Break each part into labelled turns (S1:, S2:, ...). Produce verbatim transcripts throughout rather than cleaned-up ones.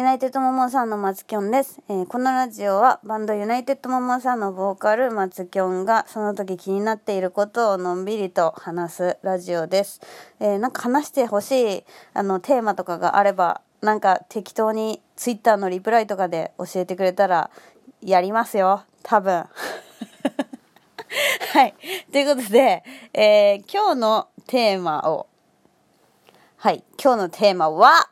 S1: ナイテッドモモさんの松きょんです、えー、このラジオはバンドユナイテッドモモさんのボーカル松きょんがその時気になっていることをのんびりと話すラジオです、えー、なんか話してほしいあのテーマとかがあればなんか適当にツイッターのリプライとかで教えてくれたらやりますよ多分はいということで、えー、今日のテーマをはい今日のテーマは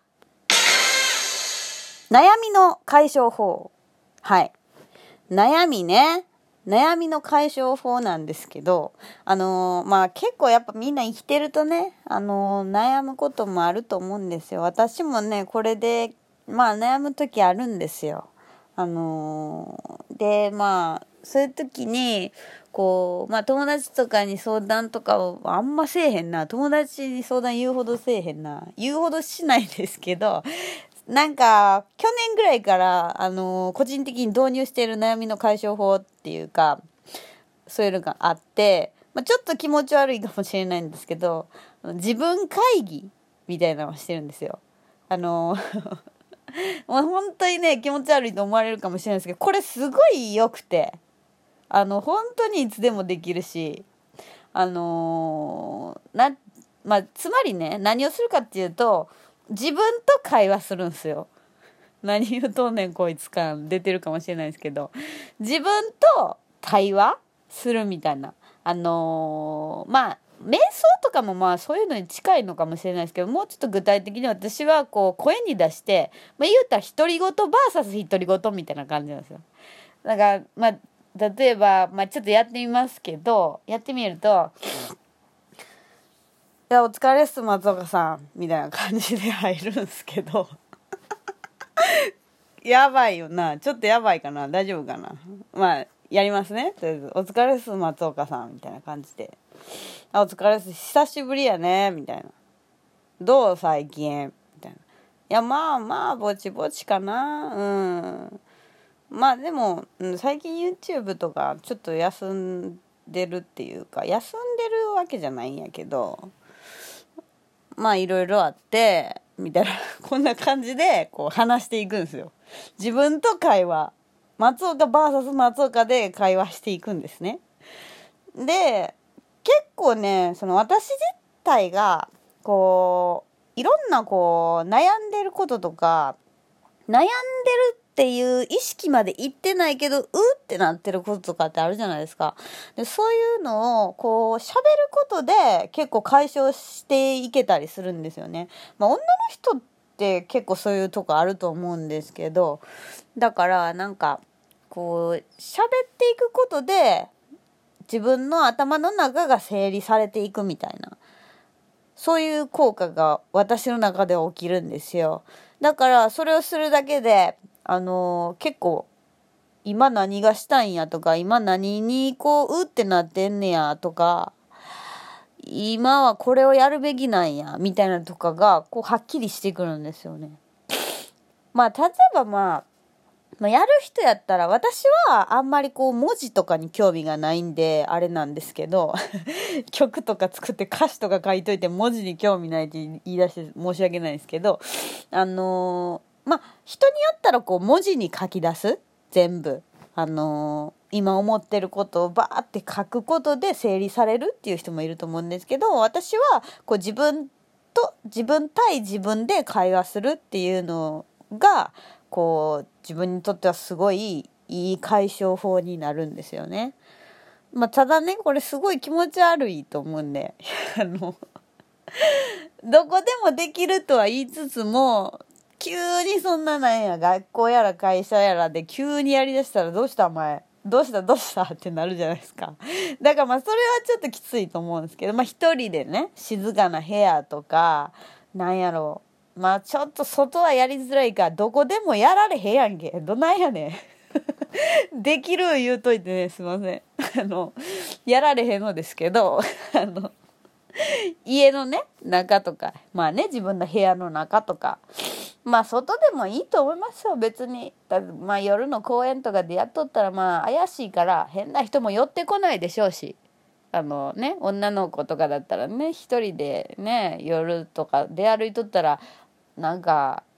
S1: 悩みの解消法。はい。悩みね。悩みの解消法なんですけど、あのー、まあ結構やっぱみんな生きてるとね、あのー、悩むこともあると思うんですよ。私もね、これで、まあ悩む時あるんですよ。あのー、で、まあ、そういう時に、こう、まあ友達とかに相談とかをあんませえへんな。友達に相談言うほどせえへんな。言うほどしないですけど、なんか去年ぐらいからあのー、個人的に導入している悩みの解消法っていうかそういうのがあって、まあ、ちょっと気持ち悪いかもしれないんですけど自分会議みたいなのをしてるんですよ。あのー、もう本当にね気持ち悪いと思われるかもしれないですけどこれすごい良くてあの本当にいつでもできるしあのー、なまあつまりね何をするかっていうと自分と会話するんすよ。何言うとんねんこいつ感出てるかもしれないですけど自分と対話するみたいなあのー、まあ瞑想とかもまあそういうのに近いのかもしれないですけどもうちょっと具体的に私はこう声に出して、まあ、言うたら独り言 ブイエス 独り言みたいな感じなんですよ。だからまあ例えば、まあ、ちょっとやってみますけどやってみるといやお疲れっす松岡さんみたいな感じで入るんすけどやばいよなちょっとやばいかな大丈夫かなまあやりますねとりあえずお疲れっす松岡さんみたいな感じであお疲れっす久しぶりやねみたいなどう最近みたいないやまあまあぼちぼちかなうんまあでも、うん、最近 YouTube とかちょっと休んでるっていうか休んでるわけじゃないんやけどまあいろいろあってみたいなこんな感じでこう話していくんですよ。自分と会話松岡 ブイエス 松岡で会話していくんですね。で結構ねその私自体がこういろんなこう悩んでることとか悩んでるっていう意識までいってないけどうってなってることとかってあるじゃないですか。でそういうのをこう喋ることで結構解消していけたりするんですよね。まあ女の人って結構そういうとこあると思うんですけどだからなんかこう喋っていくことで自分の頭の中が整理されていくみたいなそういう効果が私の中では起きるんですよ。だからそれをするだけであのー、結構今何がしたいんやとか今何にこううってなってんねやとか今はこれをやるべきなんやみたいなとかがこうはっきりしてくるんですよね。まあ例えばまあまあ、やる人やったら私はあんまりこう文字とかに興味がないんであれなんですけど曲とか作って歌詞とか書いといて文字に興味ないって言い出して申し訳ないですけどあのー、まあ人によったらこう文字に書き出す全部あのー、今思ってることをバーって書くことで整理されるっていう人もいると思うんですけど私はこう自分と自分対自分で会話するっていうのがこう自分にとってはすごいいい解消法になるんですよね。まあただねこれすごい気持ち悪いと思うんであのどこでもできるとは言いつつも急にそんななんや学校やら会社やらで急にやりだしたらどうしたお前どうしたどうしたってなるじゃないですか。だからまあそれはちょっときついと思うんですけどまあ一人でね静かな部屋とかなんやろうまあちょっと外はやりづらいからどこでもやられへんやんけどないやねんできる言うといてねすいませんあのやられへんのですけどあの家のね中とかまあね自分の部屋の中とかまあ外でもいいと思いますよ別にだまあ夜の公園とかでやっとったらまあ怪しいから変な人も寄ってこないでしょうしあのね女の子とかだったらね一人でね夜とか出歩いとったらなんか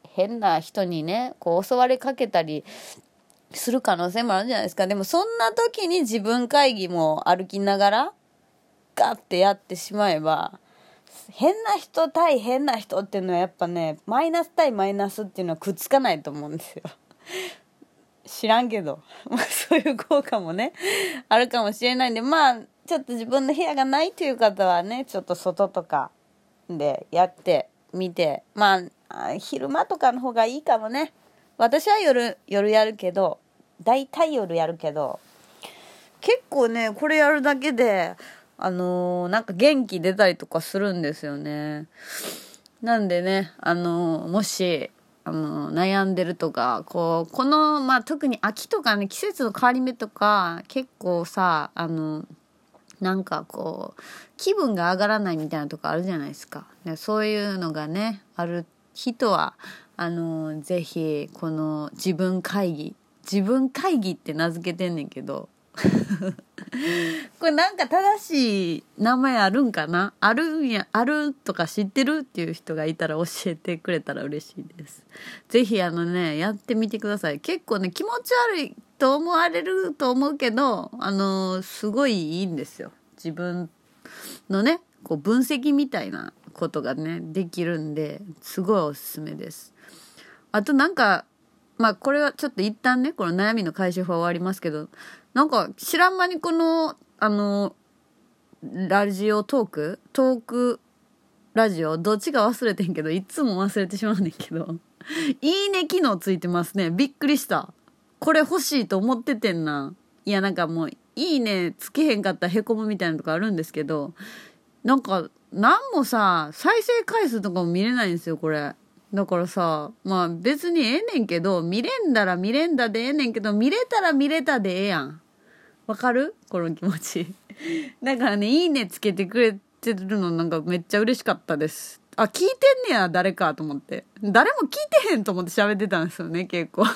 S1: 変な人にねこう襲われかけたりする可能性もあるんじゃないですか。でもそんな時に自分会議も歩きながらガッてやってしまえば、変な人対変な人っていうのはやっぱね、マイナス対マイナスっていうのはくっつかないと思うんですよ。知らんけどそういう効果もねあるかもしれないんで、まあちょっと自分の部屋がないという方はね、ちょっと外とかでやってみて、まあ昼間とかの方がいいかもね。私は夜夜やるけど、だいたい夜やるけど、結構ねこれやるだけであのー、なんか元気出たりとかするんですよね。なんでね、あのー、もしあのー、悩んでるとか、こうこのまあ特に秋とかね、季節の変わり目とか結構さ、あのなんかこう気分が上がらないみたいなとこあるじゃないですか。でそういうのがねある人はあのぜひこの自分会議自分会議って名付けてんねんけどこれなんか正しい名前あるんかな、あるんや、あるとか知ってるっていう人がいたら教えてくれたら嬉しいです。ぜひあのねやってみてください。結構ね気持ち悪いと思われると思うけど、あのすごいいいんですよ。自分のねこう分析みたいなことがねできるんで、すごいおすすめです。あとなんかまあこれはちょっと一旦ねこの悩みの解消法は終わりますけど、なんか知らん間にこのあのラジオトークトークラジオどっちか忘れてんけど、いつも忘れてしまうねんけどいいね機能ついてますね。びっくりした。これ欲しいと思っててんな。いやなんかもういいねつけへんかったらへこむみたいなとこあるんですけど、なんかなんもさ再生回数とかも見れないんですよこれ。だからさ、まあ別にええねんけど、見れんだら見れんだでええねんけど、見れたら見れたでええやん。わかる？この気持ち。だからね、いいねつけてくれてるのなんかめっちゃ嬉しかったです。あ、聞いてんねや、誰かと思って。誰も聞いてへんと思って喋ってたんですよね、結構。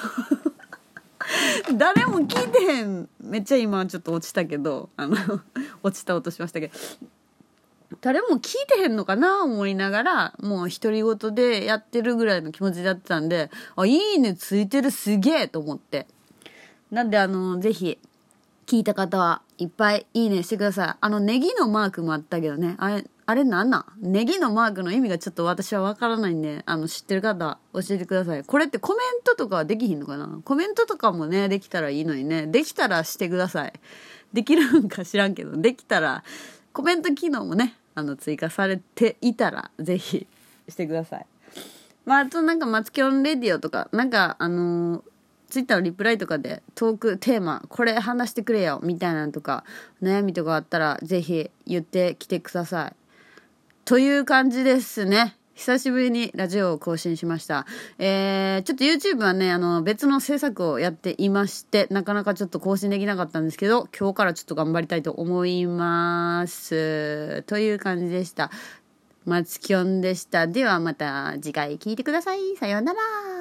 S1: 誰も聞いてへん。めっちゃ今ちょっと落ちたけど、あの、落ちた音しましたけど。誰も聞いてへんのかな思いながら、もう独り言でやってるぐらいの気持ちだったんで、あ、いいねついてる、すげえと思って。なんであのぜひ聞いた方はいっぱいいいねしてください。あのネギのマークもあったけどね、あれあれなんなんネギのマークの意味がちょっと私はわからないんで、あの知ってる方教えてください。これってコメントとかはできひんのかな。コメントとかもねできたらいいのにね。できたらしてください。できるんか知らんけど、できたらコメント機能もねあの追加されていたらぜひしてください。まああとなんかマツキョンレディオとかなんかあのー、ツイッターのリプライとかでトークテーマこれ話してくれよみたいなのとか悩みとかあったらぜひ言ってきてくださいという感じですね。久しぶりにラジオを更新しました。えー、ちょっと YouTube はね、あの、別の制作をやっていまして、なかなかちょっと更新できなかったんですけど、今日からちょっと頑張りたいと思います。という感じでした。マツキョンでした。ではまた次回聞いてください。さようなら。